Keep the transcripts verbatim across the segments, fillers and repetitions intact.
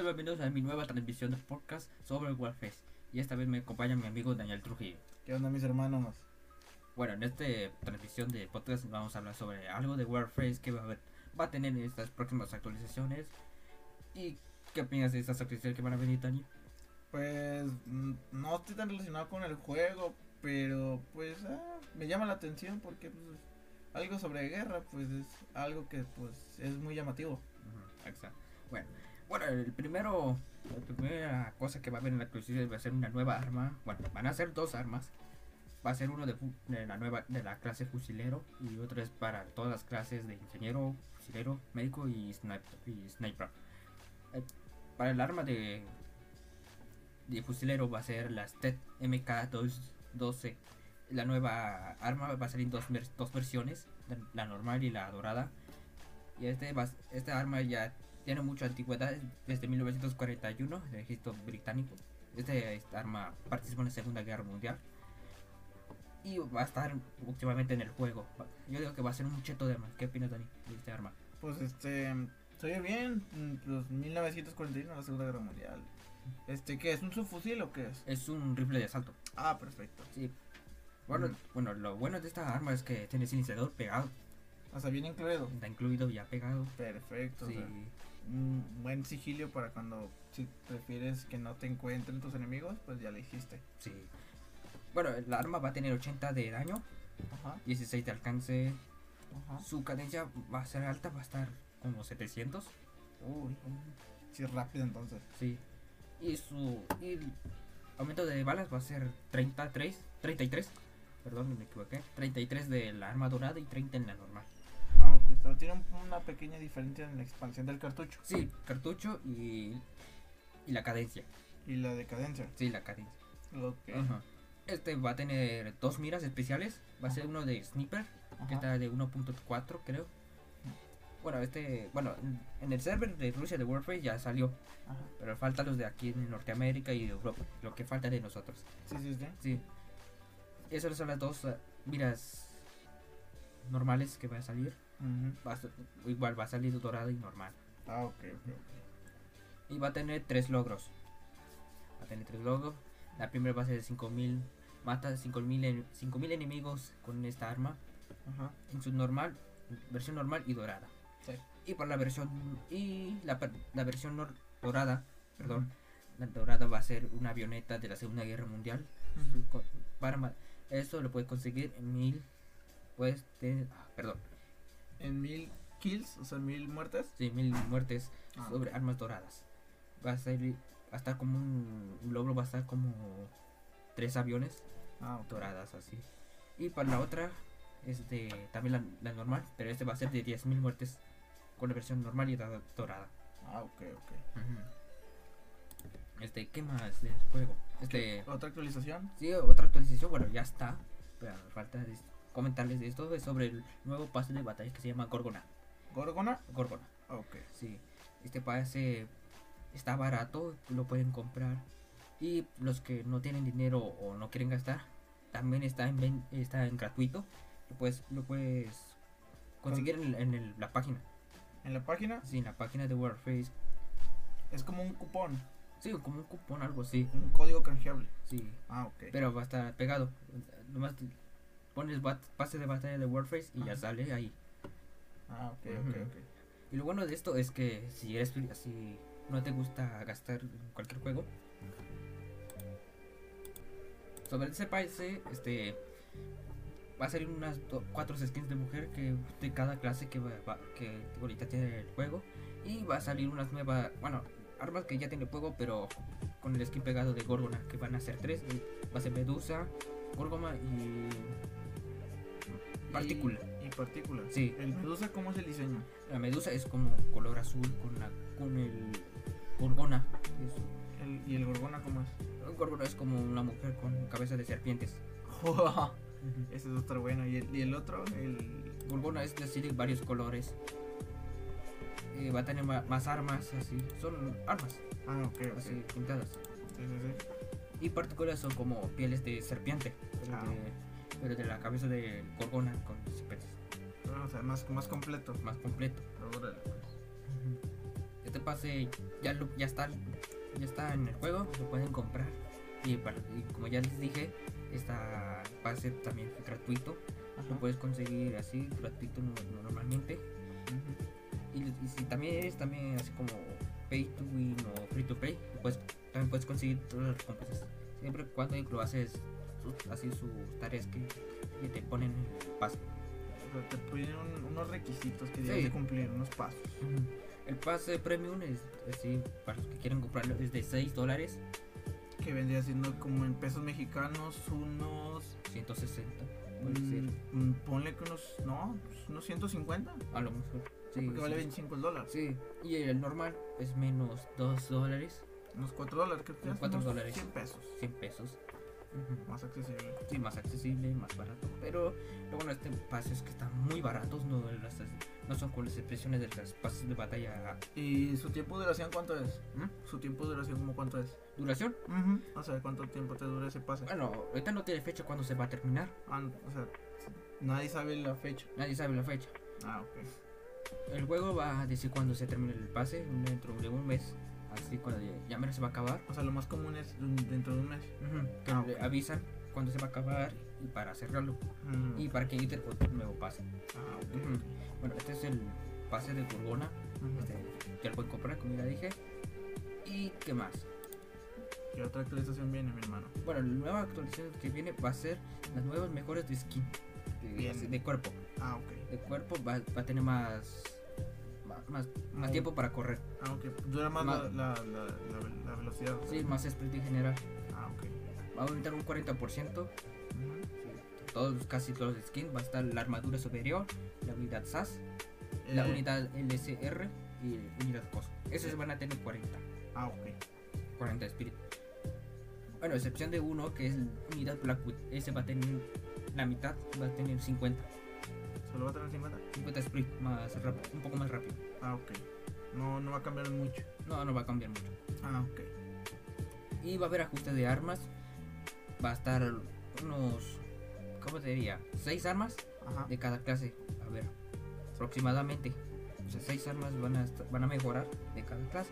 Bienvenidos a mi nueva transmisión de podcast sobre Warface. Y esta vez me acompaña mi amigo Daniel Trujillo. ¿Qué onda, mis hermanos? Bueno, en esta transmisión de podcast vamos a hablar sobre algo de Warface que va a, haber, va a tener en estas próximas actualizaciones. ¿Y qué opinas de estas actualizaciones que van a venir, Daniel? Pues mm, no estoy tan relacionado con el juego, pero pues ah, me llama la atención porque pues algo sobre guerra pues es algo que pues es muy llamativo. Uh-huh, exacto. Bueno, bueno, el primero, la primera cosa que va a haber en la actualización va a ser una nueva arma. Bueno, van a ser dos armas. Va a ser uno de, de la nueva de la clase fusilero y otro es para todas las clases de ingeniero, fusilero, médico y sniper. Y sniper. Eh, para el arma de de fusilero va a ser la Stet M K doce. La nueva arma va a salir en dos, dos versiones, la normal y la dorada. Y este va, esta arma ya tiene mucha antigüedad, desde mil novecientos cuarenta y uno, del ejército británico. Este, esta arma participó en la Segunda Guerra Mundial y va a estar últimamente en el juego. Yo digo que va a ser un cheto de armas. ¿Qué opinas, Dani, de esta arma? Pues este, se oye bien, pues mil novecientos cuarenta y uno, la Segunda Guerra Mundial. Este, ¿qué es? ¿Un subfusil o qué es? Es un rifle de asalto. Ah, perfecto. Sí. Bueno, mm. bueno, lo bueno de esta arma es que tiene silenciador pegado. O sea, bien incluido. Está incluido ya pegado. Perfecto. Sí. O sea, un buen sigilio para cuando si prefieres que no te encuentren tus enemigos, pues ya le hiciste. Sí. Bueno, la arma va a tener ochenta de daño. Ajá. dieciséis de alcance. Ajá. Su cadencia va a ser alta, va a estar como setecientos. Uy, sí, rápido entonces. Sí. Y su y el aumento de balas va a ser treinta y tres, treinta y tres. Perdón, me equivoqué. treinta y tres de la arma dorada y treinta en la normal. Ah, ok, pero tiene un, una pequeña diferencia en la expansión del cartucho. Sí, cartucho y y la cadencia. Y la decadencia. Sí, la cadencia. Ok. Ajá. Este va a tener dos miras especiales. Va a ser uno de sniper, Ajá. que está de uno punto cuatro, creo. Bueno, este, bueno, en el server de Rusia de Warface ya salió. Ajá. Pero falta los de aquí en Norteamérica y de Europa, lo que falta de nosotros. Sí, sí, sí. Sí. Esas son las dos uh, miras normales que va a salir. Uh-huh. Va a, igual va a salir dorada y normal. Ah, ok, ok, ok. Y va a tener tres logros. Va a tener tres logros. La primera va a ser de cinco mil. Mata cinco mil enemigos con esta arma. Ajá. En su normal, versión normal y dorada. Sí. Y para la versión y la, la versión nor, dorada, perdón, Uh-huh. la dorada va a ser una avioneta de la Segunda Guerra Mundial. Uh-huh. Para esto lo puedes conseguir en mil, pues, de, ah, perdón, en mil kills, o sea, mil muertes. Sí, mil muertes ah, sobre okay. armas doradas. Va a ser, va a estar como un, un logro, va a estar como tres aviones ah, okay. doradas así. Y para la otra es de también la, la normal, pero este va a ser de diez mil muertes con la versión normal y la dorada. Ah, ok, ok. Uh-huh. Este, ¿qué más del juego? Este, ¿Otra actualización? Sí, otra actualización, bueno, ya está. Pero falta de comentarles de esto, es sobre el nuevo pase de batalla que se llama Gorgona. ¿Gorgona? Gorgona. Ok. Sí, este pase está barato, lo pueden comprar. Y los que no tienen dinero o no quieren gastar, también está en, está en gratuito. Lo puedes, lo puedes conseguir en, en el, la página. ¿En la página? Sí, en la página de Warface. Es como un cupón. Sí, como un cupón, algo así. Un código canjeable. Sí. Ah, ok. Pero va a estar pegado. Nomás pones bat, pase de batalla de Warface y Ajá. ya sale ahí. Ah, ok, uh-huh. ok, ok. Y lo bueno de esto es que si eres si no te gusta gastar en cualquier juego, sobre ese pase, este va a salir unas do, cuatro skins de mujer que de cada clase que va, va, que ahorita tiene el juego, y va a salir unas nuevas, bueno, armas que ya tiene el juego, pero con el skin pegado de Gorgona, que van a ser tres. Va a ser Medusa, Gorgona y Partícula. Y, y Partícula. Sí. ¿El Medusa cómo es el diseño? La Medusa es como color azul con la con el Gorgona. Es, el, ¿Y el Gorgona cómo es? El Gorgona es como una mujer con cabeza de serpientes. uh-huh. Ese va a estar bueno. ¿Y el, y el otro? El Gorgona es decir varios colores. Eh, va a tener ma más armas, así. Son armas. Ah, ok, ok. Así, pintadas. Sí, sí, sí. Y partículas son como pieles de serpiente. Pero, ah. de, pero de la cabeza de Gorgona con serpientes. Ah, o sea, más, más completo. Más completo. Órale, pues. Uh-huh. este pase ya lo, ya está ya está en el juego, lo pueden comprar. Y, para, y como ya les dije, esta pase también es gratuito. Ajá. Lo puedes conseguir así gratuito no- no- normalmente. Ujú. Y, y si también eres también así como pay to win o free to play, pues también puedes conseguir todas las recompensas. Siempre y cuando lo haces sus- así sus tareas que, que te ponen en el pase. O sea, te piden un- unos requisitos que Sí. debes de cumplir, unos pasos. El pase premium es así para los que quieren comprarlo, es de seis dólares, Que vendría siendo como en pesos mexicanos unos... ciento sesenta. Puede ser. mm, mm, ponle que unos... No, pues unos ciento cincuenta. A lo mejor. Sí, Porque vale sí, veinticinco el dólar. sí. Y el normal es menos dos dólares, Unos cuatro dólares, que Unos cuatro dólares. cien pesos. cien pesos. Más accesible. Sí, más accesible, más barato. Pero lo bueno de este pase es que están muy baratos, no, las, no son con las expresiones de los pases de batalla. ¿Y su tiempo de duración cuánto es? ¿Mm? ¿Su tiempo de duración como cuánto es? ¿Duración? O sea, ¿cuánto tiempo te dura ese pase? Bueno, ahorita no tiene fecha cuando se va a terminar. Ah, o sea, nadie sabe la fecha. Nadie sabe la fecha. Ah, ok. El juego va a decir cuándo se termina el pase, dentro de un mes. Así cuando ya, ya menos se va a acabar. O sea, lo más común es un- dentro de un mes. Ujú, que Ah, le ok. avisan cuándo se va a acabar y para cerrarlo. Mm. Y para que quiten otro nuevo pase. Ah, ok. Ujú. Bueno, este es el pase de Gorgona. Ujú. Este, ya lo pueden comprar, como ya dije. ¿Y qué más? ¿Qué otra actualización viene, mi hermano? Bueno, la nueva actualización que viene va a ser las nuevas mejores de skin. De, Bien. de cuerpo. Ah, ok. De cuerpo va, va a tener más. ma- Más, más Oh. tiempo para correr. Ah, ok. Dura más Ma- la, la, la, la, la velocidad. Sí, más sprint en general. Ah, ok. Va a aumentar un cuarenta por ciento. Ujú. Todos, casi todos los skins. Va a estar la armadura superior, la unidad S A S, la Eh, unidad L S R y la unidad C O S. Esos Sí. van a tener cuarenta. Ah, ok. cuarenta de Spirit. Bueno, a excepción de uno que es la unidad Blackwood. Ese va a tener la mitad, va a tener cincuenta. ¿Solo va a tener cincuenta? cincuenta Spirit más rápido, un poco más rápido. Ah, ok. No, no va a cambiar mucho. No, no va a cambiar mucho. Ah, ok. Y va a haber ajustes de armas. Va a estar unos, ¿cómo te diría? seis armas Ajá. de cada clase. A ver, aproximadamente. O sea, seis armas van a, est- van a mejorar de cada clase.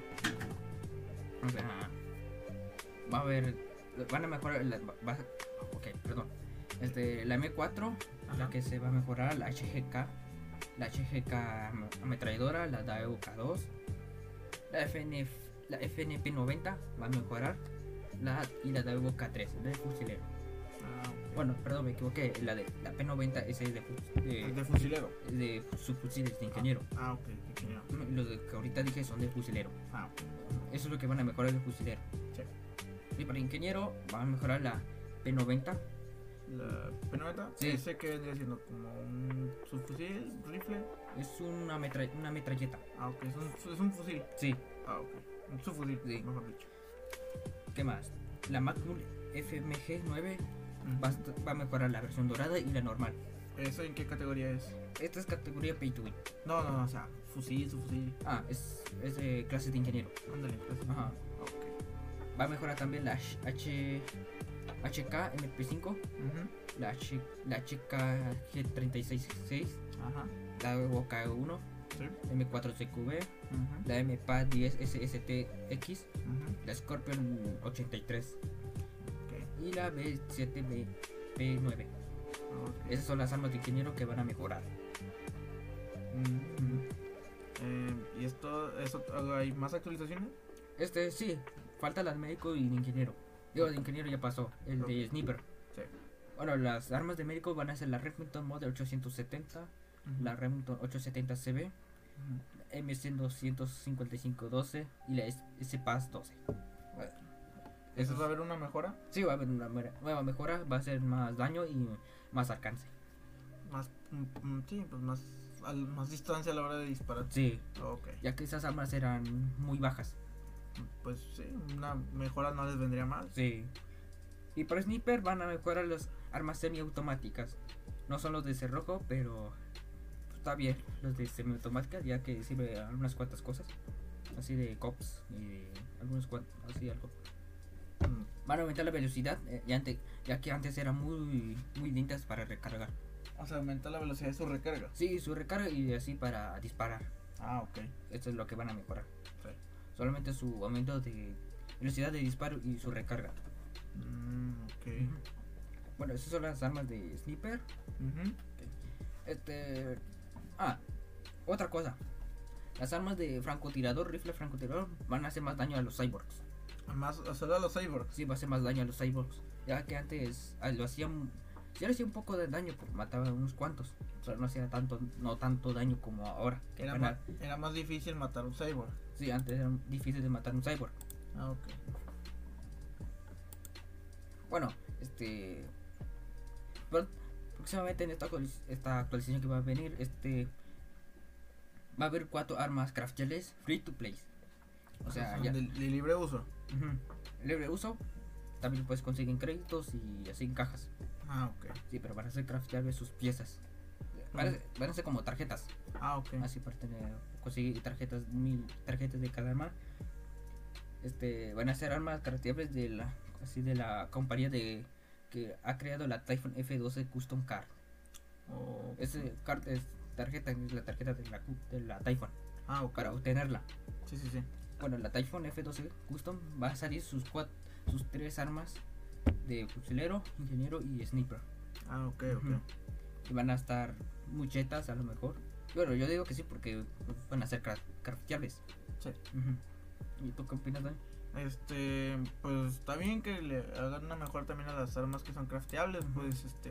O sea, va a haber, van a mejorar, la, va, va- ok, perdón. Este, la M cuatro, la Ajá. que se va a mejorar, la H G K, la H G K am- ametralladora, la Daewoo K dos, la F N F, la F N P noventa va a mejorar, la y la Daewoo K tres, de fusilero. Ah, ok. Bueno, perdón, me equivoqué, la de la P noventa ese es de, fu- de, El de fusilero. de subfusiles de ingeniero. Ah, ok. Qué genial. Los de que ahorita dije son de fusilero. Ah, ok. Eso es lo que van a mejorar de fusilero. Sí. Y para ingeniero van a mejorar la P noventa. La P noventa, Sí. ese que vendría siendo como un subfusil, rifle. Es una, metra una metralleta. Ah, ok, es un, es un fusil. Sí. Ah, ok. Un subfusil, Sí. mejor dicho. ¿Qué más? La Magnum F M G nueve Ujú. va, a est- va a mejorar la versión dorada y la normal. ¿Eso en qué categoría es? Esta es categoría Pay to Win. No, no, no, o sea, fusil, subfusil. Ah, es, es de clase de ingeniero. Ándale, pues. Ajá. Ok. Va a mejorar también la H, H, HK M P cinco, Ujú. la, H, la H K G treinta y seis seis, Ajá. la O K uno, Sí. M cuatro C Q B, Ujú. la M P A diez S S T X, Ujú. la Scorpion ochenta y tres Ok. y la B siete B P nueve. Ok. Esas son las armas de ingeniero que van a mejorar. Ujú. Eh, ¿Y esto, eso, hay más actualizaciones? Este sí, falta la de médico y de ingeniero. Digo, de ingeniero ya pasó, el de sniper. Sí. Bueno, las armas de médico van a ser la Remington Model ochocientos setenta, la Remington ochocientos setenta C B, Ujú. M C doscientos cincuenta y cinco doce y la S P A S doce. ¿Eso va a haber una mejora? Sí, va a haber una mera- nueva mejora, va a ser más daño y más alcance. Más, mm, mm, sí, pues más, al- más distancia a la hora de disparar. Sí, Ok. ya que esas armas eran muy bajas. Pues sí, una mejora no les vendría mal. Sí. Y para sniper van a mejorar las armas semiautomáticas. No son los de cerrojo, pero está bien los de semiautomáticas, ya que sirve a unas cuantas cosas. Así de cops y de algunos cuantos, así algo. Mm, Van a aumentar la velocidad, eh, ya, ante- ya que antes eran muy, muy lentas para recargar. O sea, aumenta la velocidad de su recarga. Sí, su recarga y así para disparar. Ah, ok. Esto es lo que van a mejorar. Sí. Solamente su aumento de velocidad de disparo y su recarga. Mm, ok. Ujú. Bueno, esas son las armas de Sniper. Ujú. Este. Ah, otra cosa. Las armas de francotirador, rifle francotirador, van a hacer más daño a los cyborgs. Más, solo a los cyborgs. Sí, va a hacer más daño a los cyborgs. Ya que antes ah, lo hacían. Sí le hacía un poco de daño, pues mataba unos cuantos. O sea, no hacía tanto, no tanto daño como ahora. Que Era, van a- ma- era más difícil matar un cyborg. Sí, antes era difícil de matar un cyborg. Ah, ok. Bueno, este. pro- Próximamente en esta, actualiz- esta actualización que va a venir, este. Va a haber cuatro armas craftables free to play. O sea, Son ya. de, de libre uso. Ujú. Libre uso. También puedes conseguir en créditos y así en cajas. Ah, ok. Sí, pero van a ser craftables sus piezas. Van a, ser- van a ser como tarjetas. Ah, ok. Así para tener. Conseguir tarjetas, mil tarjetas de cada arma. Este. Van a ser armas craftables de la. Así de la compañía de. Que ha creado la Typhoon F doce Custom Card. Oh, Ese card es tarjeta, es la tarjeta de la, cu- de la Typhoon. ah, ok. Para obtenerla. Sí, sí, sí. Bueno, la Typhoon F doce Custom va a salir sus cuatro, sus tres armas de fusilero, ingeniero y sniper. Ah, ok, ok. Ujú. Y van a estar muchetas a lo mejor. Bueno, yo digo que sí porque pues, van a ser cra- crafteables. Sí. Ujú. ¿Y tú qué opinas, Dani? Este, pues está bien que le hagan una mejor también a las armas que son crafteables, Ujú. pues este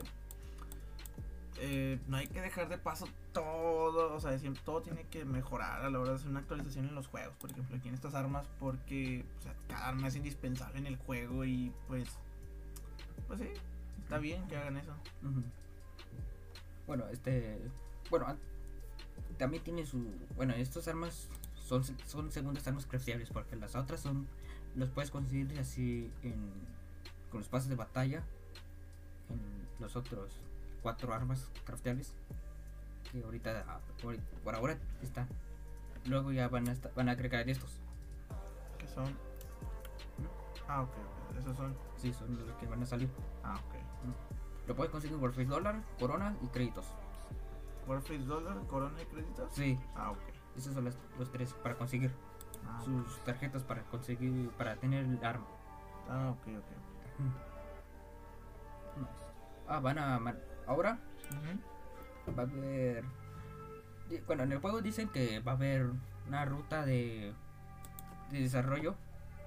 eh, no hay que dejar de paso todo, o sea, siempre todo tiene que mejorar a la hora de hacer una actualización en los juegos, por ejemplo, aquí en estas armas, porque o sea, cada arma es indispensable en el juego y pues pues sí, está bien que hagan eso. Ujú. Bueno, este. Bueno, an- también tiene su. Bueno, estas armas son, se- son segundas armas crafteables porque las otras son. Los puedes conseguir así en. Con los pases de batalla. En los otros cuatro armas crafteables. Que ahorita. ah, Por, por ahora están. Luego ya van a, esta- van a agregar estos. Que son ah, ok, ok, esos son Sí, son los que van a salir. ah, ok. Lo puedes conseguir por Face Dollar, Corona y créditos. Warface Dollar, Corona y créditos. Sí, Ah, ok. esos son las- los tres para conseguir. Ah, Sus tarjetas para conseguir. Para tener el arma. ah, ok, ok. Ah, van a. man- Ahora Ujú. va a haber. di- Bueno, en el juego dicen que va a haber una ruta de. De desarrollo.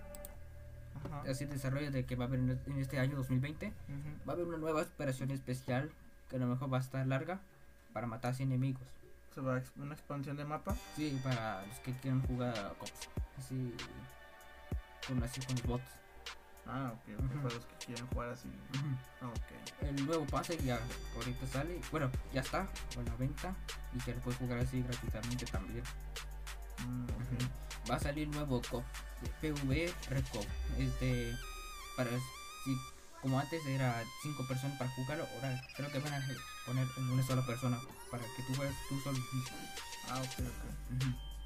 Ajá. Así, desarrollo de que va a haber en en este año dos mil veinte. Ujú. Va a haber una nueva operación especial. Que a lo mejor va a estar larga. Para matar a enemigos. Se va a ex- una expansión de mapa. Sí, para los que quieran jugar cops. Así. Con, así con los bots. Ah, ok, ok, Ujú. para los que quieren jugar así. Ujú. Ah, ok. El nuevo pase ya ahorita sale. Bueno, ya está a la venta. Y que lo puedes jugar así gratuitamente también. Mm, ok. Va a salir nuevo cop de PvE Recop. Este para si como antes era cinco personas para jugar, ahora creo que van a poner en una sola persona para que tú juegues tú solo. Ah, ok, ok.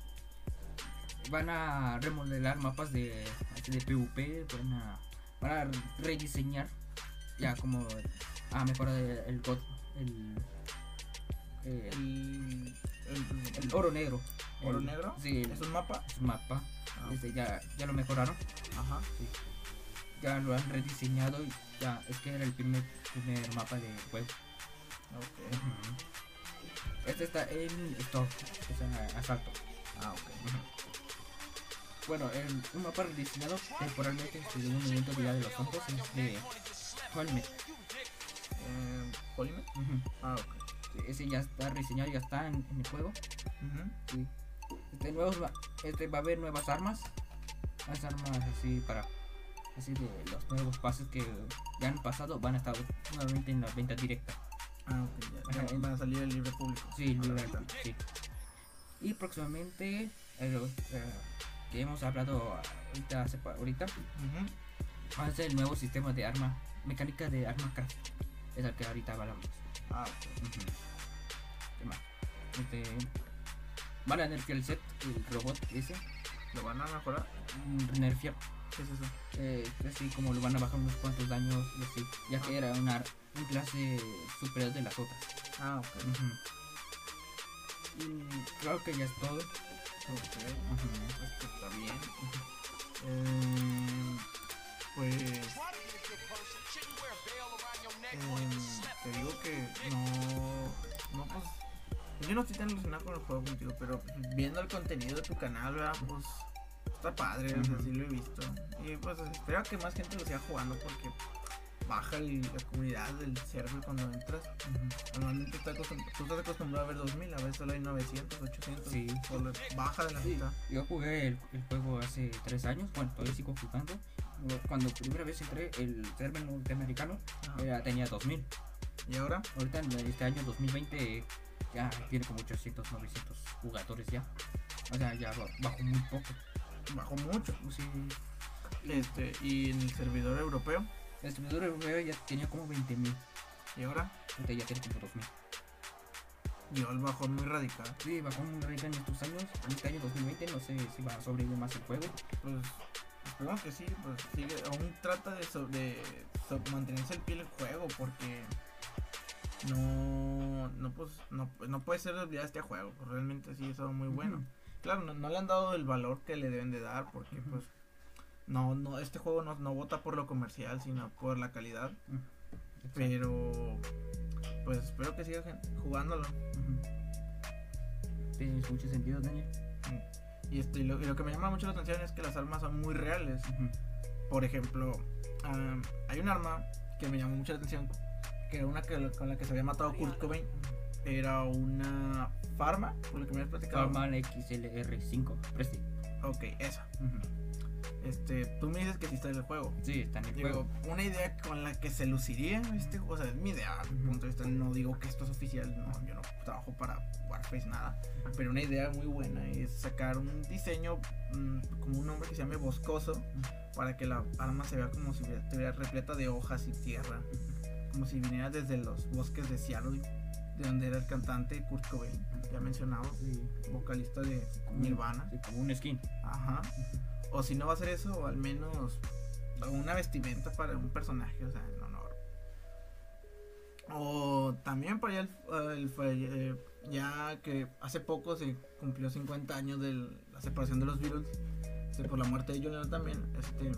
Ujú. Van a remodelar mapas de así de PvP, van a van a rediseñar ya como a mejorar el, el god el, eh, El, el, el oro negro. ¿Oro El- negro? Sí, el, ¿Es un mapa? su mapa. Ah, Este, ya, ya lo mejoraron. ajá. Ya lo han rediseñado y ya es que era el primer, primer mapa de juego. Ok. Ujú. Este está en Store, o sea, asalto. Ah, ok. Ujú. Bueno, el, un mapa rediseñado temporalmente desde un evento de Día de los Santos es de Helmet. Eh, ¿Polymer? Ujú. Ah, ok. Ese ya está rediseñado, ya está en, en el juego. Ujú. Sí. Este, nuevos, va- este va a haber nuevas armas. Las armas así para así de los nuevos pases que ya han pasado van a estar nuevamente en la venta directa. Ah, ok, ya. Ajá, ya en- van a salir el libre público. Sí, A la libre, venta. sí. Y próximamente eh, lo- eh, que hemos hablado ahorita, hace pa- ahorita Ujú. va a ser el nuevo sistema de arma mecánica de arma craft. Es el que ahorita hablamos. Ah, ok. Ujú. ¿Qué más? Este, van a nerfear el set, el robot ese. ¿Lo van a mejorar? mm, Nerfear. ¿Qué es eso? Eh, así como lo van a bajar unos cuantos daños y así, ya que era una, un clase superior de las otras. Ah, ok. Ujú. Y creo que ya es todo. Ok, Ujú. esto está bien. Eh, pues eh, te digo que no, no pues yo no estoy tan relacionado con el juego contigo, pero pues, viendo el contenido de tu canal, ¿verdad? Pues está padre, o sea, Ujú. sí lo he visto. Y pues espero que más gente lo siga jugando porque baja el- la comunidad del server cuando entras. Ujú. Normalmente está acostum- tú estás acostumbrado a ver dos mil, a veces solo hay novecientos, ochocientos. Sí. Solo baja de la Sí, mitad. yo jugué el, el juego hace tres años, bueno, todavía sigo jugando. Cuando primera vez entré, el server norteamericano Ajá. era, tenía dos mil. Y ahora, Ahorita en este año dos mil veinte ya tiene como ochocientos, novecientos jugadores ya. O sea, ya ba- bajó muy poco. bajó mucho. Sí, Este, y en el servidor europeo, el servidor europeo ya tenía como veinte mil. y ahora, Ahorita ya tiene como dos mil. dio el bajón muy radical. Sí, bajó muy rica en estos años. En este año dos mil veinte no sé si va a sobrevivir más el juego. Pues esperemos que sí, pues sigue, aún trata de, so- de so- mantenerse el pie el juego porque no, no, pues, no, pues, no puede ser olvidado este juego, pues realmente sí es algo muy bueno. Ujú. Claro, no, no le han dado el valor que le deben de dar porque Ujú. pues no, no, este juego no, no vota por lo comercial, sino por la calidad. Exacto. Pero pues espero que siga gen- jugándolo. Ujú. Tiene mucho sentido, Daniel. Y, este, y lo, y lo que me llama mucho la atención es que las armas son muy reales. Ujú. Por ejemplo, um, hay un arma que me llamó mucho la atención, que era una que, con la que se había matado Kurt Cobain. Era una Pharma, por lo que me habías platicado. Farman X L R cinco, Presti. Ok, esa. Ujú. Este, tú me dices que sí está en el juego. Sí, está en el Digo, juego. una idea con la que se luciría este, o sea, es mi idea, a mi Ujú. punto de vista, no digo que esto es oficial, no, yo no trabajo para Warface nada, pero una idea muy buena es sacar un diseño mmm, como un nombre que se llame boscoso, para que la arma se vea como si estuviera repleta de hojas y tierra, como si viniera desde los bosques de Seattle, de donde era el cantante Kurt Cobain, ya mencionado, Sí. vocalista de Nirvana. Sí, como un skin. Ajá. O si no va a ser eso, o al menos una vestimenta para un personaje, o sea, en honor. O también para allá el, el- el- eh, ya que hace poco se cumplió cincuenta años de la separación de los Beatles, este, por la muerte de John Lennon también, este,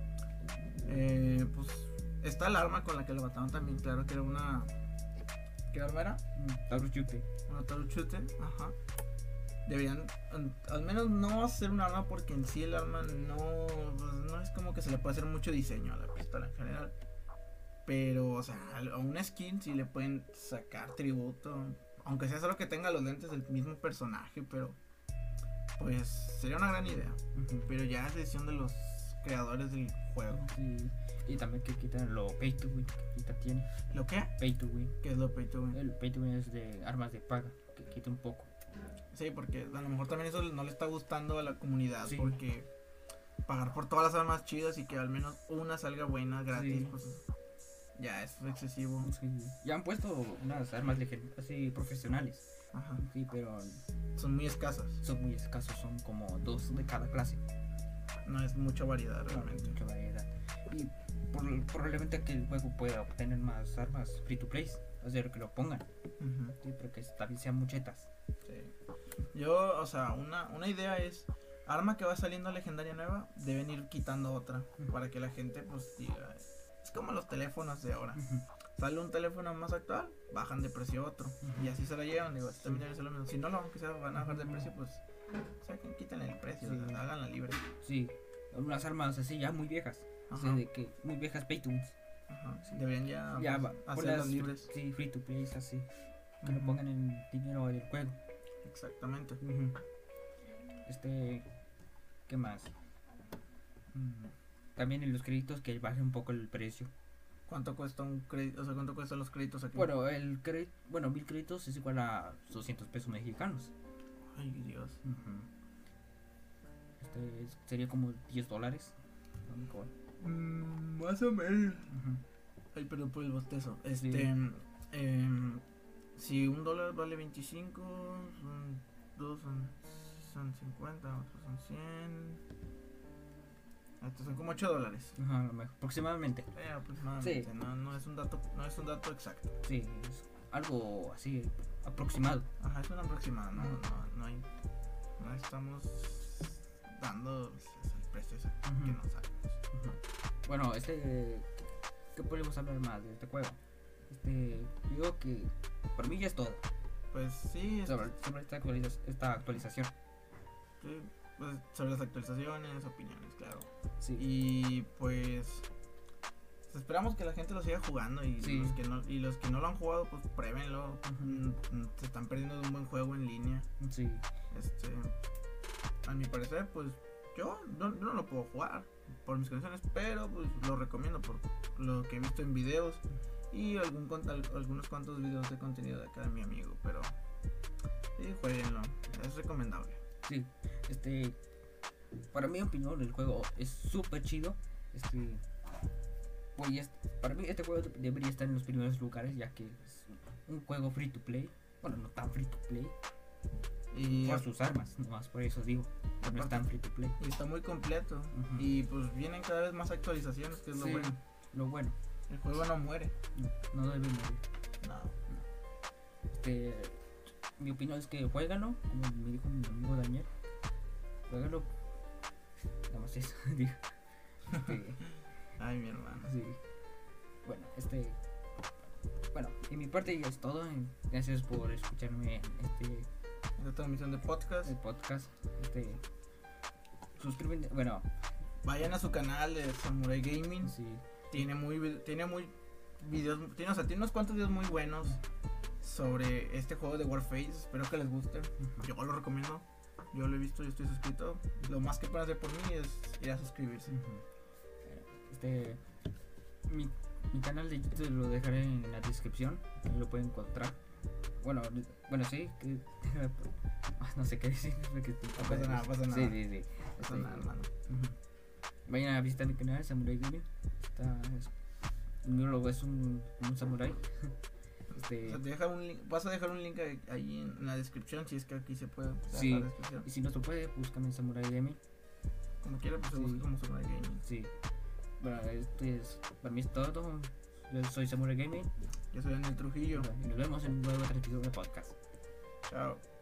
eh, pues está el arma con la que lo mataron también, claro que era una, ¿qué arma era? Taurus Yute. Una taruchute, ajá. Deberían al, al menos no hacer un arma porque en sí el arma no, pues, no es como que se le puede hacer mucho diseño a la pistola en general. Pero, o sea, a una skin sí le pueden sacar tributo. Aunque sea solo que tenga los lentes del mismo personaje, pero pues sería una gran idea. Ujú. Pero ya es decisión de los creadores del juego. Sí. Y también que quitan lo pay to win, que quita tiene. ¿Lo qué? Pay to win. ¿Qué es lo pay to win? El pay to win es de armas de paga, que quita un poco. Sí, porque a lo mejor también eso no le está gustando a la comunidad, Sí. porque pagar por todas las armas chidas y que al menos una salga buena gratis, Sí. pues ya es excesivo. Sí. Ya han puesto unas armas legend- así profesionales. Ajá. Sí, pero Son muy escasas, son muy escasos, son como dos de cada clase. no es mucha variedad No hay realmente. mucha variedad. Y por- probablemente que el juego pueda obtener más armas free to play, hacer que lo pongan, Ujú, sí, pero que también sean muchetas. sí. Yo, o sea, una, una idea es, arma que va saliendo legendaria nueva, deben ir quitando otra, Ujú. para que la gente pues diga, es como los teléfonos de ahora. Ujú. Sale un teléfono más actual, bajan de precio otro. Ujú. Y así se la llevan, digo, así también debe ser lo mismo. Si no lo aunque sea van a bajar de precio, pues saquen, quítenle el precio, Sí. o sea, háganla libre. Sí, unas armas así ya muy viejas, así Ajá. de que muy viejas pay to wins. Ajá. Deberían ya, Ya pues, va, hacerlas ponlas libres. Sí, free to play, así, que lo Ujú. pongan en dinero del juego. Exactamente. Ujú. Este, ¿qué más? Mm, También en los créditos que baje un poco el precio. ¿Cuánto cuesta un crédito? O sea, ¿cuánto cuestan los créditos aquí? Bueno, el crédito, bueno, mil créditos es igual a doscientos pesos mexicanos. Ay, Dios. Ujú. Este es- sería como diez dólares. No me acuerdo. Mm, más o menos. Ujú. Ay, perdón por el bostezo. Sí. Este, em, si un dólar vale veinticinco, son dos, son, son cincuenta, otros son cien. Estos son como ocho dólares. Ajá, a lo mejor, aproximadamente. Eh, aproximadamente. Sí. No, no es un dato, no es un dato exacto. Sí, es algo así aproximado. Ajá, es un aproximado, no, no, no hay, no estamos dando pues, el precio exacto Ujú. que no sabemos. Ujú. Bueno, este. ¿Qué podemos hablar más de este juego? Este. Yo digo que. Para mí ya es todo. Pues sí, este, Sobre, sobre esta, actualiza- esta actualización. sí, pues, sobre las actualizaciones, opiniones, claro. Sí. Y pues esperamos que la gente lo siga jugando y, Sí. los que no, y los que no lo han jugado, pues pruébenlo. Ujú. Mm, mm, Se están perdiendo de un buen juego en línea. Sí. Este, a mi parecer, pues yo no, yo no lo puedo jugar por mis condiciones, pero pues lo recomiendo por lo que he visto en videos y algún con- al- algunos cuantos videos de contenido de acá de mi amigo, pero sí, jueguenlo, es recomendable. Sí. Este. Para mi opinión, el juego es súper chido. Este. Pues para mí, este juego debería estar en los primeros lugares, ya que es un juego free to play. Bueno, no tan free to play. Y, Por sus armas, nomás por eso os digo. que No es tan free to play. y está muy completo. Ujú. Y pues vienen cada vez más actualizaciones, que es lo Sí. bueno. Lo bueno, El juego no muere. no, no debe morir. No. Este, mi opinión es que juégalo, como me dijo mi amigo Daniel. Juégalo. Nada más eso, dijo. Este, Ay, mi hermano. sí. Bueno, este. Bueno, en mi parte ya es todo. Gracias por escucharme en este Esta transmisión de podcast. el podcast. Este. Suscríbete. Bueno, Vayan a su canal de Samurai Gaming. sí. Tiene muy vi- tiene muy videos, tiene, o sea, tiene unos cuantos videos muy buenos sobre este juego de Warface. Espero que les guste. Ujú. Yo lo recomiendo. Yo lo he visto, yo estoy suscrito. Lo más que pueden hacer por mí es ir a suscribirse. Ujú. Este. Mi, mi canal de YouTube lo dejaré en la descripción. Ahí lo pueden encontrar. Bueno, bueno, sí. Que, no sé qué decir. porque estoy- No pasa nada, pasa nada. Sí, sí, sí. No pasa Este, nada, hermano. ujú. Vayan a visitar mi canal, Samurai Gaming. Está, es, el mío logo es un, un samurai. Este, O sea, te deja un link- vas a dejar un link ahí- ahí en la descripción si es que aquí se puede. dejar Sí. la descripción. y si no se puede, búscame en Samurai Gaming. Como quiera, pues se Sí. busca como Samurai Gaming. Sí. Bueno, este es, para mí es todo. Yo soy Samurai Gaming. Yo soy Daniel Trujillo. Y nos vemos en un nuevo transmisión de podcast. Chao.